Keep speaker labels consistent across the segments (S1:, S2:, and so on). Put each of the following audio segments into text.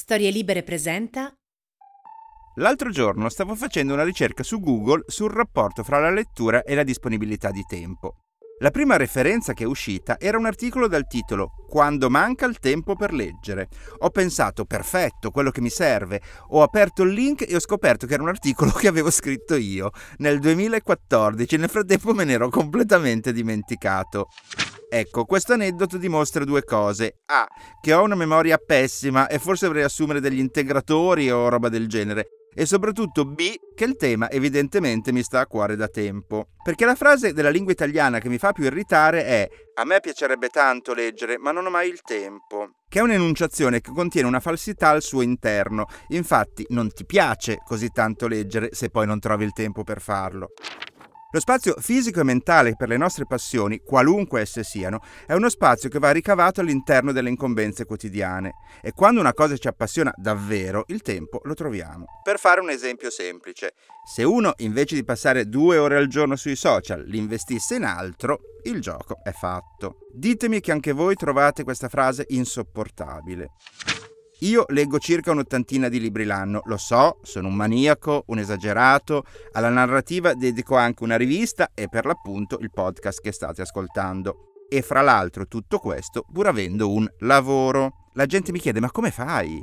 S1: Storie Libere presenta.
S2: L'altro giorno stavo facendo una ricerca su Google sul rapporto fra la lettura e la disponibilità di tempo. La prima referenza che è uscita era un articolo dal titolo "Quando manca il tempo per leggere". Ho pensato, perfetto, quello che mi serve. Ho aperto il link e ho scoperto che era un articolo che avevo scritto io nel 2014. Nel frattempo me ne ero completamente dimenticato. Ecco, questo aneddoto dimostra due cose. A, che ho una memoria pessima e forse dovrei assumere degli integratori o roba del genere. E soprattutto B, che il tema evidentemente mi sta a cuore da tempo. Perché la frase della lingua italiana che mi fa più irritare è "a me piacerebbe tanto leggere, ma non ho mai il tempo", che è un'enunciazione che contiene una falsità al suo interno. Infatti non ti piace così tanto leggere se poi non trovi il tempo per farlo. Lo spazio fisico e mentale per le nostre passioni, qualunque esse siano, è uno spazio che va ricavato all'interno delle incombenze quotidiane. E quando una cosa ci appassiona davvero, il tempo lo troviamo. Per fare un esempio semplice, se uno invece di passare 2 ore al giorno sui social li investisse in altro, il gioco è fatto. Ditemi che anche voi trovate questa frase insopportabile. Io leggo circa un'80 di libri l'anno, lo so, sono un maniaco, un esagerato, alla narrativa dedico anche una rivista e per l'appunto il podcast che state ascoltando. E fra l'altro tutto questo pur avendo un lavoro. La gente mi chiede, ma come fai?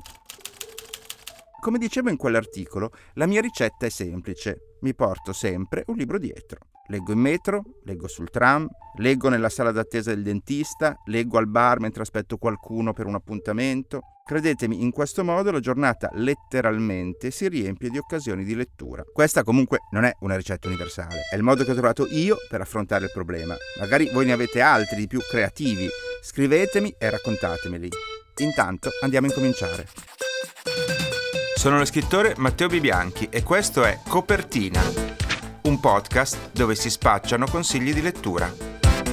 S2: Come dicevo in quell'articolo, la mia ricetta è semplice, mi porto sempre un libro dietro. Leggo in metro, leggo sul tram, leggo nella sala d'attesa del dentista, leggo al bar mentre aspetto qualcuno per un appuntamento. Credetemi, in questo modo la giornata letteralmente si riempie di occasioni di lettura. Questa comunque non è una ricetta universale, è il modo che ho trovato io per affrontare il problema. Magari voi ne avete altri di più creativi, scrivetemi e raccontatemeli. Intanto andiamo a incominciare.
S3: Sono lo scrittore Matteo Bibianchi e questo è Copertina, un podcast dove si spacciano consigli di lettura.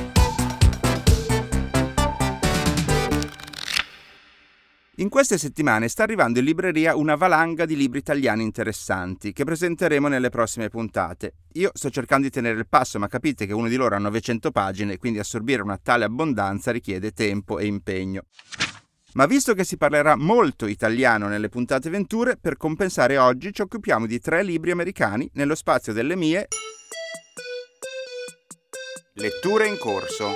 S2: In queste settimane sta arrivando in libreria una valanga di libri italiani interessanti che presenteremo nelle prossime puntate. Io sto cercando di tenere il passo, ma capite che uno di loro ha 900 pagine, quindi assorbire una tale abbondanza richiede tempo e impegno. Ma visto che si parlerà molto italiano nelle puntate venture, per compensare oggi ci occupiamo di 3 libri americani nello spazio delle mie letture in corso.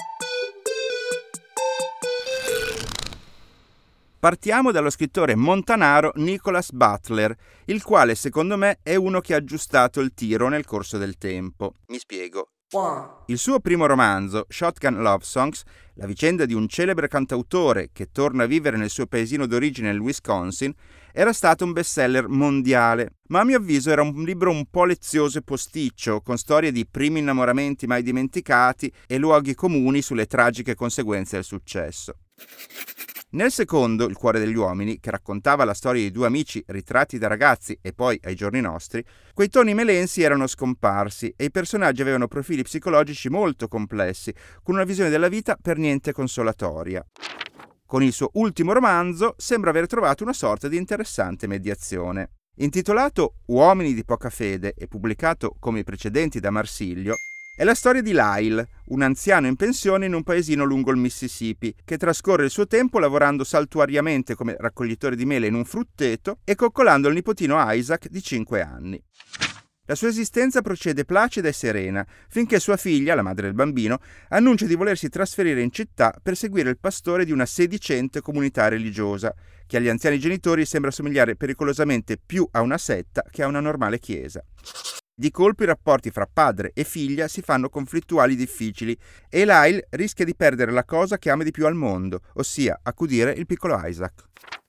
S2: Partiamo dallo scrittore montanaro Nicholas Butler, il quale secondo me è uno che ha aggiustato il tiro nel corso del tempo. Mi spiego. Il suo primo romanzo, Shotgun Love Songs, la vicenda di un celebre cantautore che torna a vivere nel suo paesino d'origine nel Wisconsin, era stato un bestseller mondiale, ma a mio avviso era un libro un po' lezioso e posticcio, con storie di primi innamoramenti mai dimenticati e luoghi comuni sulle tragiche conseguenze del successo. Nel secondo, Il cuore degli uomini, che raccontava la storia di 2 amici ritratti da ragazzi e poi ai giorni nostri, quei toni melensi erano scomparsi e i personaggi avevano profili psicologici molto complessi, con una visione della vita per niente consolatoria. Con il suo ultimo romanzo sembra aver trovato una sorta di interessante mediazione. Intitolato Uomini di poca fede e pubblicato come i precedenti da Marsilio, è la storia di Lyle, un anziano in pensione in un paesino lungo il Mississippi, che trascorre il suo tempo lavorando saltuariamente come raccoglitore di mele in un frutteto e coccolando il nipotino Isaac di 5 anni. La sua esistenza procede placida e serena, finché sua figlia, la madre del bambino, annuncia di volersi trasferire in città per seguire il pastore di una sedicente comunità religiosa, che agli anziani genitori sembra somigliare pericolosamente più a una setta che a una normale chiesa. Di colpo i rapporti fra padre e figlia si fanno conflittuali difficili e Lyle rischia di perdere la cosa che ama di più al mondo, ossia accudire il piccolo Isaac.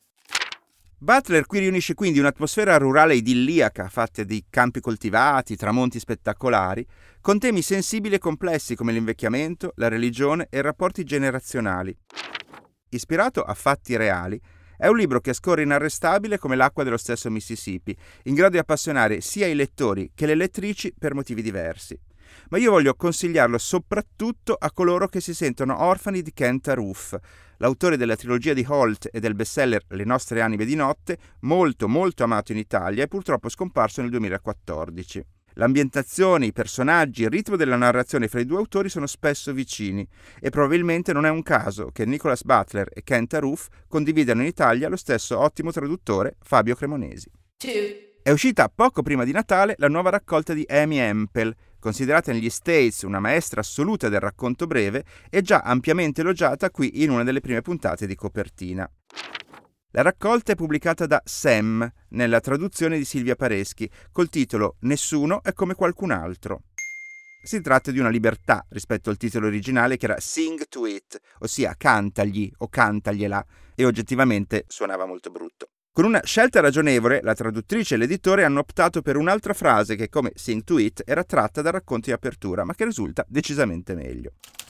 S2: Butler qui riunisce quindi un'atmosfera rurale idilliaca fatta di campi coltivati, tramonti spettacolari, con temi sensibili e complessi come l'invecchiamento, la religione e i rapporti generazionali. Ispirato a fatti reali, è un libro che scorre inarrestabile come l'acqua dello stesso Mississippi, in grado di appassionare sia i lettori che le lettrici per motivi diversi. Ma io voglio consigliarlo soprattutto a coloro che si sentono orfani di Kent Aruf, l'autore della trilogia di Holt e del bestseller Le nostre anime di notte, molto molto amato in Italia e purtroppo scomparso nel 2014. L'ambientazione, i personaggi, il ritmo della narrazione fra i due autori sono spesso vicini e probabilmente non è un caso che Nicholas Butler e Kent Aruf condividano in Italia lo stesso ottimo traduttore Fabio Cremonesi. È uscita poco prima di Natale la nuova raccolta di Amy Hempel, considerata negli States una maestra assoluta del racconto breve e già ampiamente elogiata qui in una delle prime puntate di Copertina. La raccolta è pubblicata da Sam, nella traduzione di Silvia Pareschi, col titolo Nessuno è come qualcun altro. Si tratta di una libertà rispetto al titolo originale che era Sing to It, ossia cantagli o cantagliela, e oggettivamente suonava molto brutto. Con una scelta ragionevole, la traduttrice e l'editore hanno optato per un'altra frase che, come Sing to It, era tratta dal racconto di apertura, ma che risulta decisamente meglio.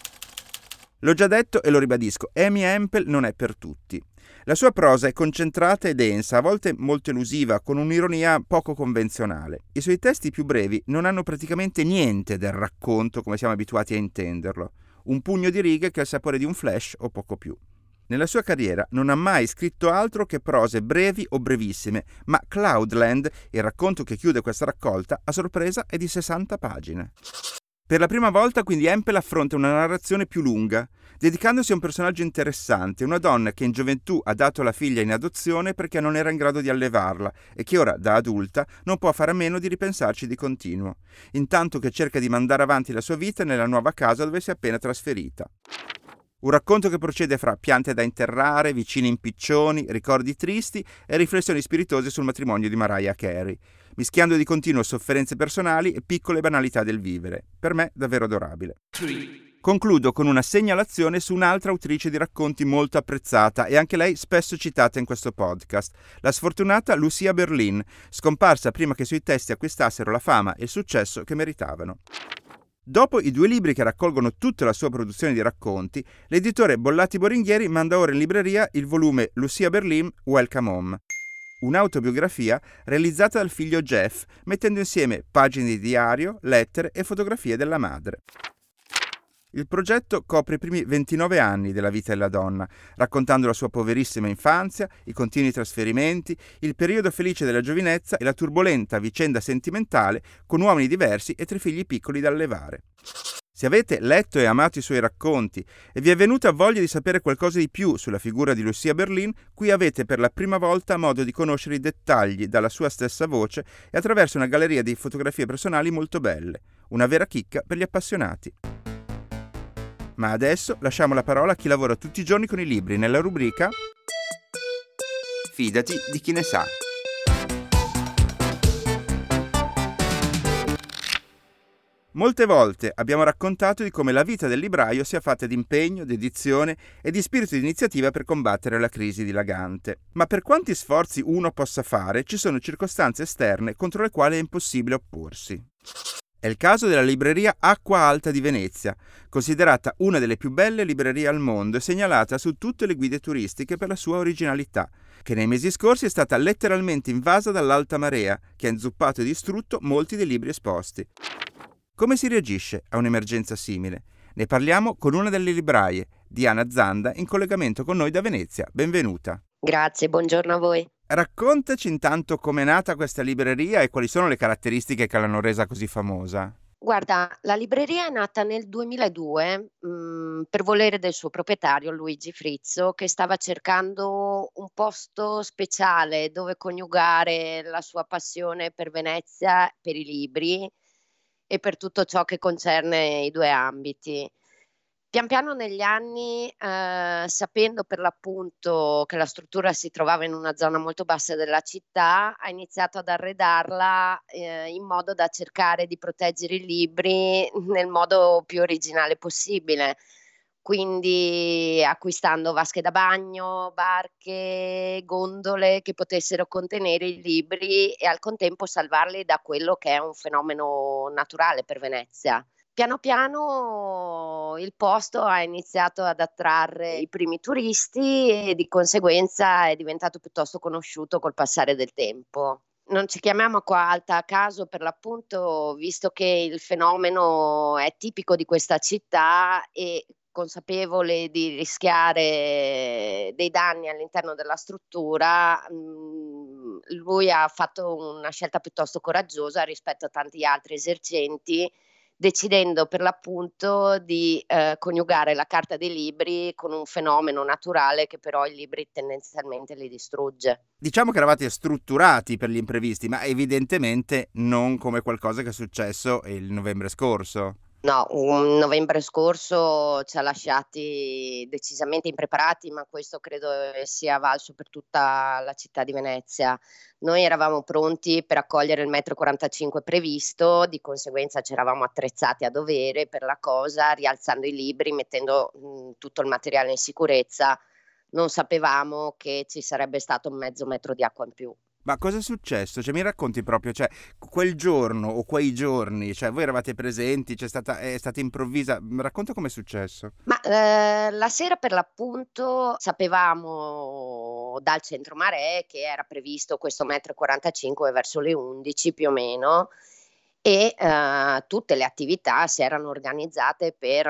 S2: L'ho già detto e lo ribadisco, Amy Hempel non è per tutti. La sua prosa è concentrata e densa, a volte molto elusiva, con un'ironia poco convenzionale. I suoi testi più brevi non hanno praticamente niente del racconto come siamo abituati a intenderlo. Un pugno di righe che ha il sapore di un flash o poco più. Nella sua carriera non ha mai scritto altro che prose brevi o brevissime, ma Cloudland, il racconto che chiude questa raccolta, a sorpresa è di 60 pagine. Per la prima volta quindi Hempel affronta una narrazione più lunga, dedicandosi a un personaggio interessante, una donna che in gioventù ha dato la figlia in adozione perché non era in grado di allevarla e che ora, da adulta, non può fare a meno di ripensarci di continuo, intanto che cerca di mandare avanti la sua vita nella nuova casa dove si è appena trasferita. Un racconto che procede fra piante da interrare, vicini impiccioni, ricordi tristi e riflessioni spiritose sul matrimonio di Mariah Carey, mischiando di continuo sofferenze personali e piccole banalità del vivere. Per me davvero adorabile. Concludo con una segnalazione su un'altra autrice di racconti molto apprezzata e anche lei spesso citata in questo podcast, la sfortunata Lucia Berlin, scomparsa prima che i suoi testi acquistassero la fama e il successo che meritavano. Dopo i 2 libri che raccolgono tutta la sua produzione di racconti, l'editore Bollati Boringhieri manda ora in libreria il volume Lucia Berlin Welcome Home, un'autobiografia realizzata dal figlio Jeff, mettendo insieme pagine di diario, lettere e fotografie della madre. Il progetto copre i primi 29 anni della vita della donna, raccontando la sua poverissima infanzia, i continui trasferimenti, il periodo felice della giovinezza e la turbolenta vicenda sentimentale con uomini diversi e 3 figli piccoli da allevare. Se avete letto e amato i suoi racconti e vi è venuta voglia di sapere qualcosa di più sulla figura di Lucia Berlin, qui avete per la prima volta modo di conoscere i dettagli dalla sua stessa voce e attraverso una galleria di fotografie personali molto belle, una vera chicca per gli appassionati. Ma adesso lasciamo la parola a chi lavora tutti i giorni con i libri nella rubrica Fidati di chi ne sa. Molte volte abbiamo raccontato di come la vita del libraio sia fatta di impegno, dedizione e di spirito di iniziativa per combattere la crisi dilagante. Ma per quanti sforzi uno possa fare, ci sono circostanze esterne contro le quali è impossibile opporsi. È il caso della libreria Acqua Alta di Venezia, considerata una delle più belle librerie al mondo e segnalata su tutte le guide turistiche per la sua originalità, che nei mesi scorsi è stata letteralmente invasa dall'alta marea, che ha inzuppato e distrutto molti dei libri esposti. Come si reagisce a un'emergenza simile? Ne parliamo con una delle libraie, Diana Zanda, in collegamento con noi da Venezia. Benvenuta.
S1: Grazie, buongiorno a voi.
S2: Raccontaci intanto com'è nata questa libreria e quali sono le caratteristiche che l'hanno resa così famosa.
S1: Guarda, la libreria è nata nel 2002 per volere del suo proprietario Luigi Frizzo, che stava cercando un posto speciale dove coniugare la sua passione per Venezia, per i libri e per tutto ciò che concerne i 2 ambiti. Pian piano negli anni, sapendo per l'appunto che la struttura si trovava in una zona molto bassa della città, ha iniziato ad arredarla, in modo da cercare di proteggere i libri nel modo più originale possibile. Quindi acquistando vasche da bagno, barche, gondole che potessero contenere i libri e al contempo salvarli da quello che è un fenomeno naturale per Venezia. Piano piano il posto ha iniziato ad attrarre i primi turisti e di conseguenza è diventato piuttosto conosciuto col passare del tempo. Non ci chiamiamo Acqua Alta a caso per l'appunto, visto che il fenomeno è tipico di questa città e consapevole di rischiare dei danni all'interno della struttura, lui ha fatto una scelta piuttosto coraggiosa rispetto a tanti altri esercenti, decidendo per l'appunto di coniugare la carta dei libri con un fenomeno naturale che però i libri tendenzialmente li distrugge.
S2: Diciamo che eravate strutturati per gli imprevisti, ma evidentemente non come qualcosa che è successo il novembre scorso.
S1: No, un novembre scorso ci ha lasciati decisamente impreparati, ma questo credo sia valso per tutta la città di Venezia. Noi eravamo pronti per accogliere il metro 45 previsto, di conseguenza ci eravamo attrezzati a dovere per la cosa, rialzando i libri, mettendo tutto il materiale in sicurezza. Non sapevamo che ci sarebbe stato mezzo metro di acqua in più.
S2: Ma cosa è successo? Cioè, mi racconti proprio, cioè, quel giorno o quei giorni, cioè, voi eravate presenti, è stata improvvisa, racconta com'è successo.
S1: Ma la sera per l'appunto sapevamo dal centro Marè che era previsto questo metro 45 verso le 11 più o meno e tutte le attività si erano organizzate per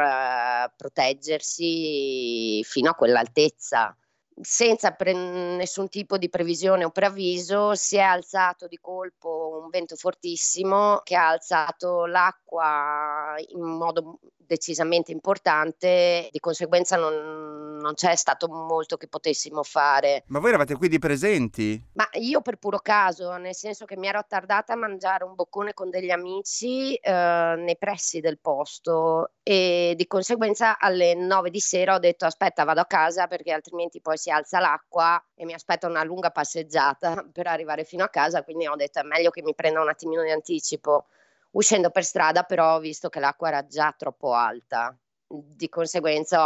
S1: proteggersi fino a quell'altezza. Senza nessun tipo di previsione o preavviso si è alzato di colpo un vento fortissimo che ha alzato l'acqua in modo decisamente importante, di conseguenza non c'è stato molto che potessimo fare.
S2: Ma voi eravate quindi presenti?
S1: Ma io per puro caso, nel senso che mi ero attardata a mangiare un boccone con degli amici nei pressi del posto e di conseguenza alle 9 di sera ho detto aspetta vado a casa perché altrimenti poi si alza l'acqua e mi aspetta una lunga passeggiata per arrivare fino a casa, quindi ho detto è meglio che mi prenda un attimino di anticipo. Uscendo per strada però ho visto che l'acqua era già troppo alta. Di conseguenza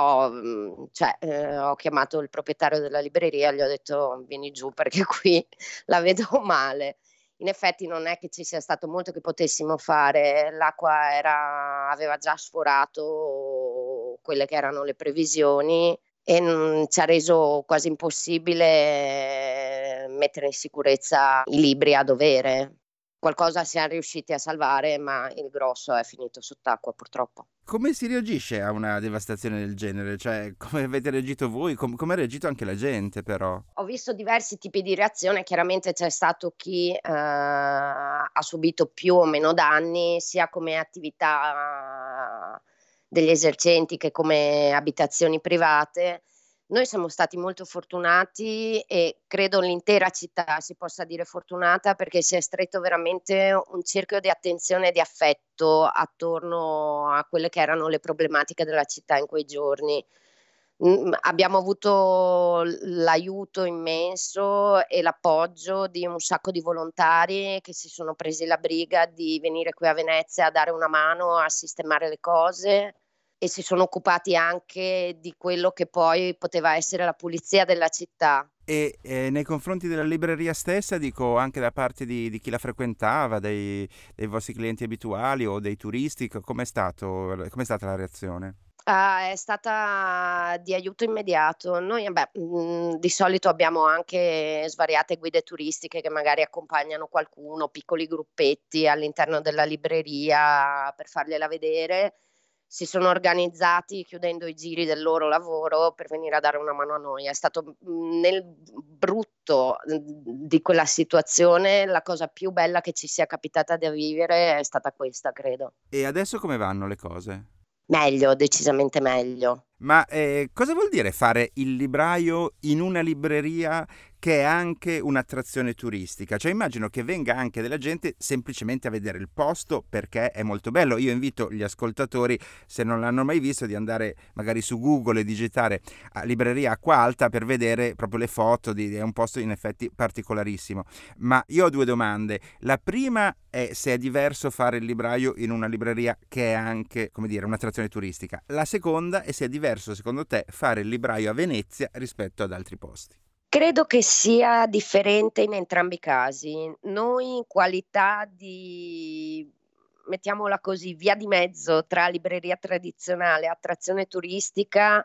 S1: ho chiamato il proprietario della libreria, gli ho detto vieni giù perché qui la vedo male. In effetti non è che ci sia stato molto che potessimo fare, l'acqua aveva già sforato quelle che erano le previsioni e ci ha reso quasi impossibile mettere in sicurezza i libri a dovere. Qualcosa siamo riusciti a salvare, ma il grosso è finito sott'acqua purtroppo.
S2: Come si reagisce a una devastazione del genere? Cioè, come avete reagito voi? Come ha reagito anche la gente, però?
S1: Ho visto diversi tipi di reazione, chiaramente c'è stato chi ha subito più o meno danni, sia come attività degli esercenti che come abitazioni private. Noi siamo stati molto fortunati e credo l'intera città si possa dire fortunata perché si è stretto veramente un cerchio di attenzione e di affetto attorno a quelle che erano le problematiche della città in quei giorni. Abbiamo avuto l'aiuto immenso e l'appoggio di un sacco di volontari che si sono presi la briga di venire qui a Venezia a dare una mano a sistemare le cose e si sono occupati anche di quello che poi poteva essere la pulizia della città.
S2: E nei confronti della libreria stessa, dico anche da parte di chi la frequentava, dei vostri clienti abituali o dei turisti, com'è stata la reazione?
S1: È stata di aiuto immediato. Noi di solito abbiamo anche svariate guide turistiche che magari accompagnano qualcuno, piccoli gruppetti all'interno della libreria per fargliela vedere. Si sono organizzati chiudendo i giri del loro lavoro per venire a dare una mano a noi. È stato nel brutto di quella situazione la cosa più bella che ci sia capitata da vivere è stata questa, credo.
S2: E adesso come vanno le cose?
S1: Meglio, decisamente meglio.
S2: Ma cosa vuol dire fare il libraio in una libreria che è anche un'attrazione turistica? Cioè immagino che venga anche della gente semplicemente a vedere il posto perché è molto bello. Io invito gli ascoltatori, se non l'hanno mai visto, di andare magari su Google e digitare libreria Acqua Alta per vedere proprio le foto, è un posto in effetti particolarissimo. Ma io ho due domande. La prima è se è diverso fare il libraio in una libreria che è anche, come dire, un'attrazione turistica. La seconda è se è diverso secondo te fare il libraio a Venezia rispetto ad altri posti.
S1: Credo che sia differente in entrambi i casi. Noi in qualità di, mettiamola così, via di mezzo tra libreria tradizionale e attrazione turistica,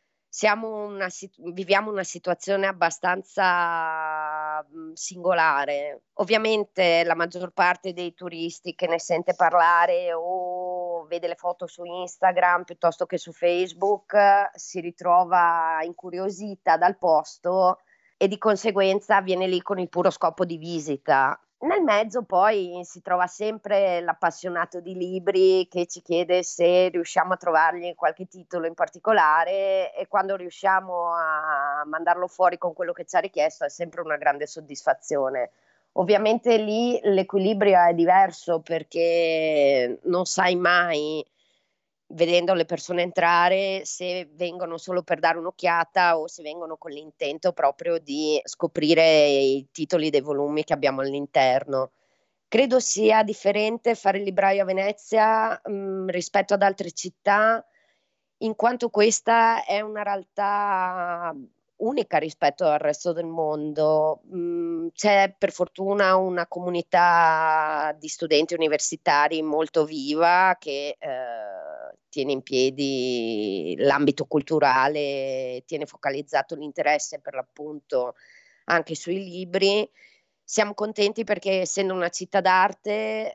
S1: viviamo una situazione abbastanza singolare. Ovviamente la maggior parte dei turisti che ne sente parlare o vede le foto su Instagram piuttosto che su Facebook si ritrova incuriosita dal posto e di conseguenza viene lì con il puro scopo di visita. Nel mezzo poi si trova sempre l'appassionato di libri che ci chiede se riusciamo a trovargli qualche titolo in particolare, e quando riusciamo a mandarlo fuori con quello che ci ha richiesto è sempre una grande soddisfazione. Ovviamente lì l'equilibrio è diverso, perché non sai mai, vedendo le persone entrare, se vengono solo per dare un'occhiata o se vengono con l'intento proprio di scoprire i titoli dei volumi che abbiamo all'interno. Credo sia differente fare il libraio a Venezia rispetto ad altre città, in quanto questa è una realtà unica rispetto al resto del mondo. C'è per fortuna una comunità di studenti universitari molto viva che tiene in piedi l'ambito culturale, tiene focalizzato l'interesse per l'appunto anche sui libri. Siamo contenti perché, essendo una città d'arte,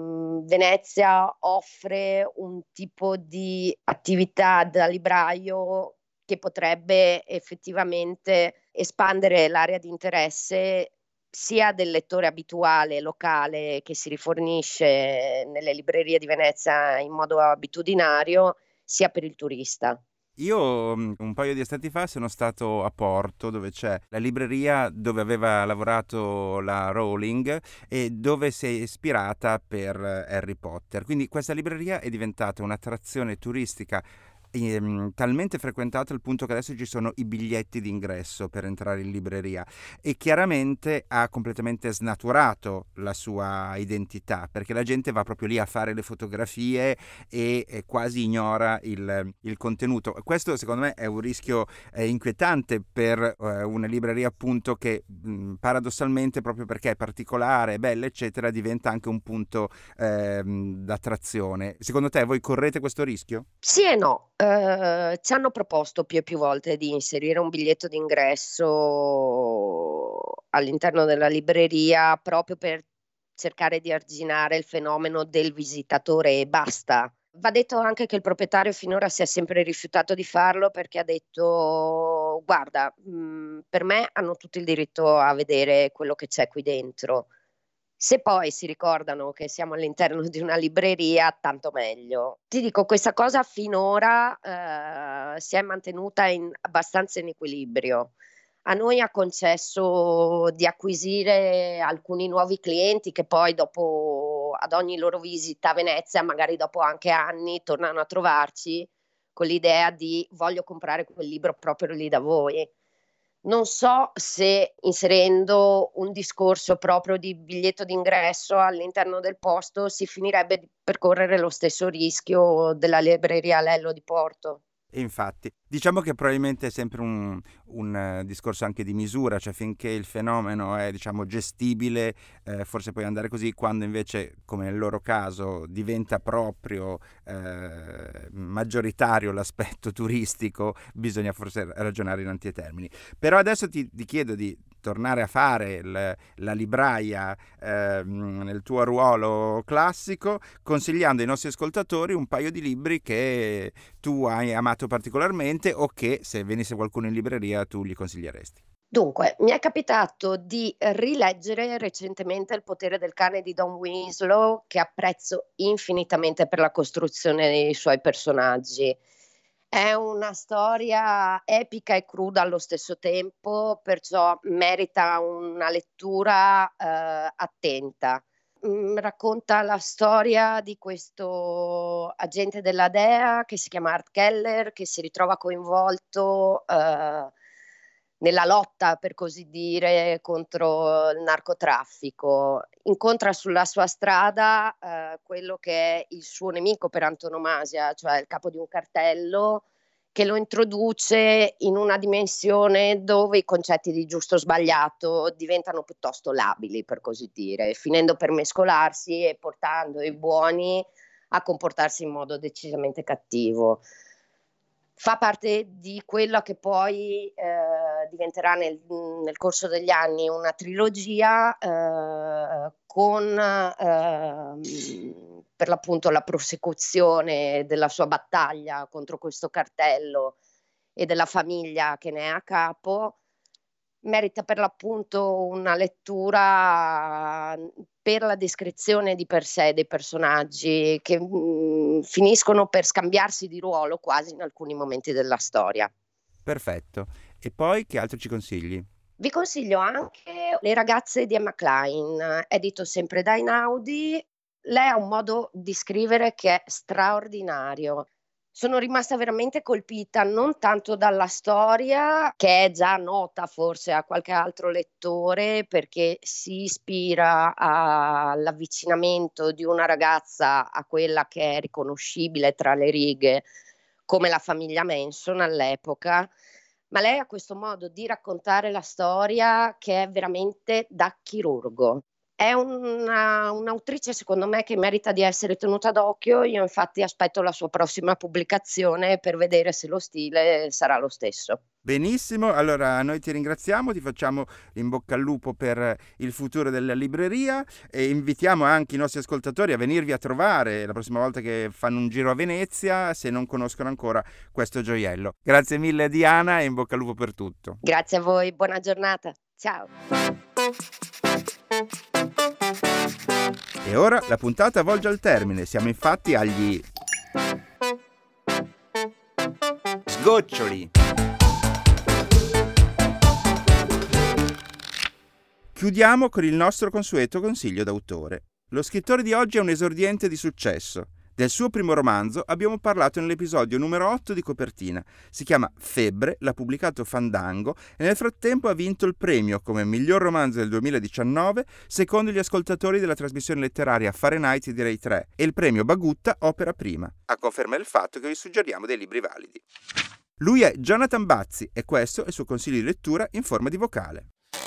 S1: Venezia offre un tipo di attività da libraio che potrebbe effettivamente espandere l'area di interesse sia del lettore abituale locale che si rifornisce nelle librerie di Venezia in modo abitudinario, sia per il turista.
S2: Io un paio di estati fa sono stato a Porto, dove c'è la libreria dove aveva lavorato la Rowling e dove si è ispirata per Harry Potter. Quindi questa libreria è diventata un'attrazione turistica talmente frequentata al punto che adesso ci sono i biglietti d'ingresso per entrare in libreria, e chiaramente ha completamente snaturato la sua identità, perché la gente va proprio lì a fare le fotografie e quasi ignora il contenuto. Questo secondo me è un rischio inquietante per una libreria, appunto, che paradossalmente, proprio perché è particolare, bella eccetera, diventa anche un punto d'attrazione. Secondo te voi correte questo rischio?
S1: Sì e no. Ci hanno proposto più e più volte di inserire un biglietto d'ingresso all'interno della libreria, proprio per cercare di arginare il fenomeno del visitatore e basta. Va detto anche che il proprietario finora si è sempre rifiutato di farlo, perché ha detto: guarda, per me hanno tutto il diritto a vedere quello che c'è qui dentro. Se poi si ricordano che siamo all'interno di una libreria, tanto meglio. Ti dico, questa cosa finora si è mantenuta abbastanza in equilibrio. A noi ha concesso di acquisire alcuni nuovi clienti che poi, dopo, ad ogni loro visita a Venezia, magari dopo anche anni, tornano a trovarci con l'idea di: voglio comprare quel libro proprio lì da voi. Non so se, inserendo un discorso proprio di biglietto d'ingresso all'interno del posto, si finirebbe per correre lo stesso rischio della libreria Lello di Porto.
S2: E infatti, diciamo che probabilmente è sempre un discorso anche di misura, cioè finché il fenomeno è, diciamo, gestibile, forse puoi andare così. Quando invece, come nel loro caso, diventa proprio maggioritario l'aspetto turistico, bisogna forse ragionare in antitermini. Però adesso ti chiedo di tornare a fare la libraia nel tuo ruolo classico, consigliando ai nostri ascoltatori un paio di libri che tu hai amato particolarmente, o che, se venisse qualcuno in libreria, tu gli consiglieresti.
S1: Dunque, mi è capitato di rileggere recentemente Il potere del cane di Don Winslow, che apprezzo infinitamente per la costruzione dei suoi personaggi. È una storia epica e cruda allo stesso tempo, perciò merita una lettura attenta. Racconta la storia di questo agente della DEA che si chiama Art Keller, che si ritrova coinvolto nella lotta, per così dire, contro il narcotraffico. Incontra sulla sua strada quello che è il suo nemico per antonomasia, cioè il capo di un cartello, che lo introduce in una dimensione dove i concetti di giusto o sbagliato diventano piuttosto labili, per così dire, finendo per mescolarsi e portando i buoni a comportarsi in modo decisamente cattivo. Fa parte di quella che poi diventerà nel corso degli anni una trilogia con per l'appunto la prosecuzione della sua battaglia contro questo cartello e della famiglia che ne è a capo, merita per l'appunto una lettura per la descrizione di per sé dei personaggi che finiscono per scambiarsi di ruolo quasi in alcuni momenti della storia.
S2: Perfetto. E poi che altro ci consigli?
S1: Vi consiglio anche Le ragazze di Emma Klein, edito sempre da Einaudi. Lei ha un modo di scrivere che è straordinario. Sono rimasta veramente colpita non tanto dalla storia, che è già nota forse a qualche altro lettore, perché si ispira all'avvicinamento di una ragazza a quella che è riconoscibile tra le righe come la famiglia Manson all'epoca, ma lei ha questo modo di raccontare la storia che è veramente da chirurgo. È un'autrice secondo me che merita di essere tenuta d'occhio. Io infatti aspetto la sua prossima pubblicazione per vedere se lo stile sarà lo stesso.
S2: Benissimo, allora noi ti ringraziamo, ti facciamo in bocca al lupo per il futuro della libreria e invitiamo anche i nostri ascoltatori a venirvi a trovare la prossima volta che fanno un giro a Venezia, se non conoscono ancora questo gioiello. Grazie mille Diana e in bocca al lupo per tutto.
S1: Grazie a voi, buona giornata. Ciao.
S2: E ora la puntata volge al termine, siamo infatti agli sgoccioli. Chiudiamo con il nostro consueto consiglio d'autore. Lo scrittore di oggi è un esordiente di successo. Del suo primo romanzo abbiamo parlato nell'episodio numero 8 di Copertina. Si chiama Febbre, l'ha pubblicato Fandango e nel frattempo ha vinto il premio come miglior romanzo del 2019 secondo gli ascoltatori della trasmissione letteraria Fahrenheit di Rai 3 e il premio Bagutta Opera Prima, a conferma del fatto che vi suggeriamo dei libri validi. Lui è Jonathan Bazzi e questo è il suo consiglio di lettura in forma di vocale.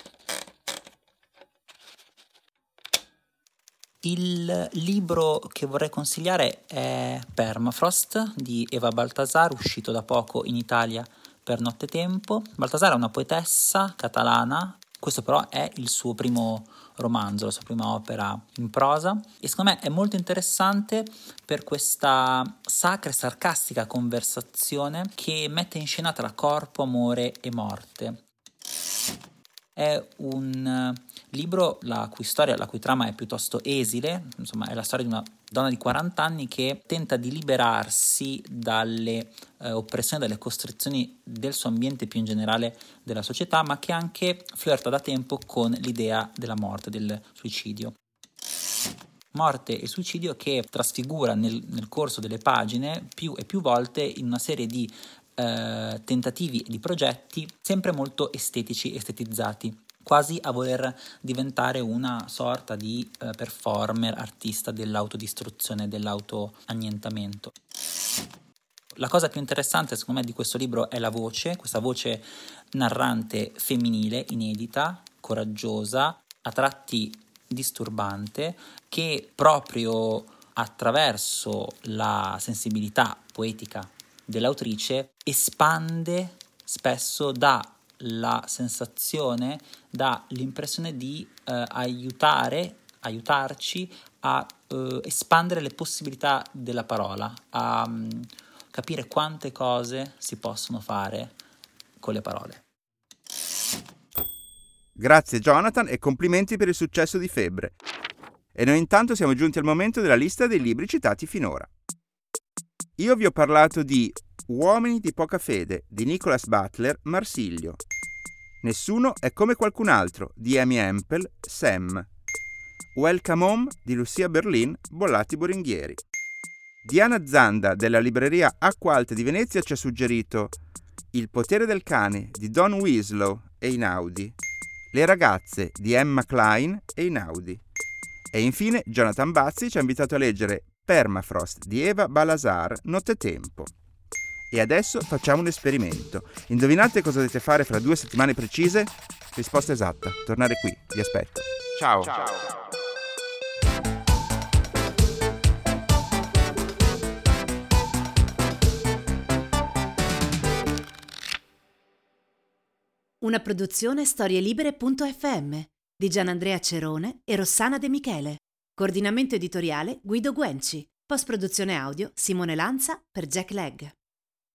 S4: Il libro che vorrei consigliare è Permafrost di Eva Baltasar, uscito da poco in Italia per Nottetempo. Baltasar è una poetessa catalana, questo però è il suo primo romanzo, la sua prima opera in prosa e secondo me è molto interessante per questa sacra e sarcastica conversazione che mette in scena tra corpo, amore e morte. È un libro la cui storia, la cui trama è piuttosto esile, insomma è la storia di una donna di 40 anni che tenta di liberarsi dalle oppressioni, dalle costrizioni del suo ambiente, più in generale della società, ma che anche flirta da tempo con l'idea della morte, del suicidio. Morte e suicidio che trasfigura nel corso delle pagine più e più volte in una serie di tentativi e di progetti sempre molto estetici, estetizzati, quasi a voler diventare una sorta di performer, artista dell'autodistruzione, dell'autoannientamento. La cosa più interessante secondo me di questo libro è la voce, questa voce narrante femminile, inedita, coraggiosa, a tratti disturbante, che proprio attraverso la sensibilità poetica dell'autrice espande spesso, dà la sensazione, dà l'impressione di aiutarci a espandere le possibilità della parola, a capire quante cose si possono fare con le parole.
S2: Grazie Jonathan e complimenti per il successo di Febbre. E noi intanto siamo giunti al momento della lista dei libri citati finora. Io vi ho parlato di Uomini di poca fede di Nicholas Butler, Marsilio. Nessuno è come qualcun altro di Amy Hempel, Sam. Welcome Home di Lucia Berlin, Bollati Boringhieri. Diana Zanda della libreria Acqua Alta di Venezia ci ha suggerito Il potere del cane di Don Winslow e Einaudi. Le ragazze di Emma Klein e Einaudi. E infine Jonathan Bazzi ci ha invitato a leggere Permafrost di Eva Baltasar, Nottetempo. E adesso facciamo un esperimento. Indovinate cosa dovete fare fra 2 settimane precise? Risposta esatta, tornare qui, vi aspetto. Ciao.
S5: Una produzione storielibere.fm di Gianandrea Cerone e Rossana De Michele. Coordinamento editoriale Guido Guenci. Post-produzione audio Simone Lanza per Jack Legg.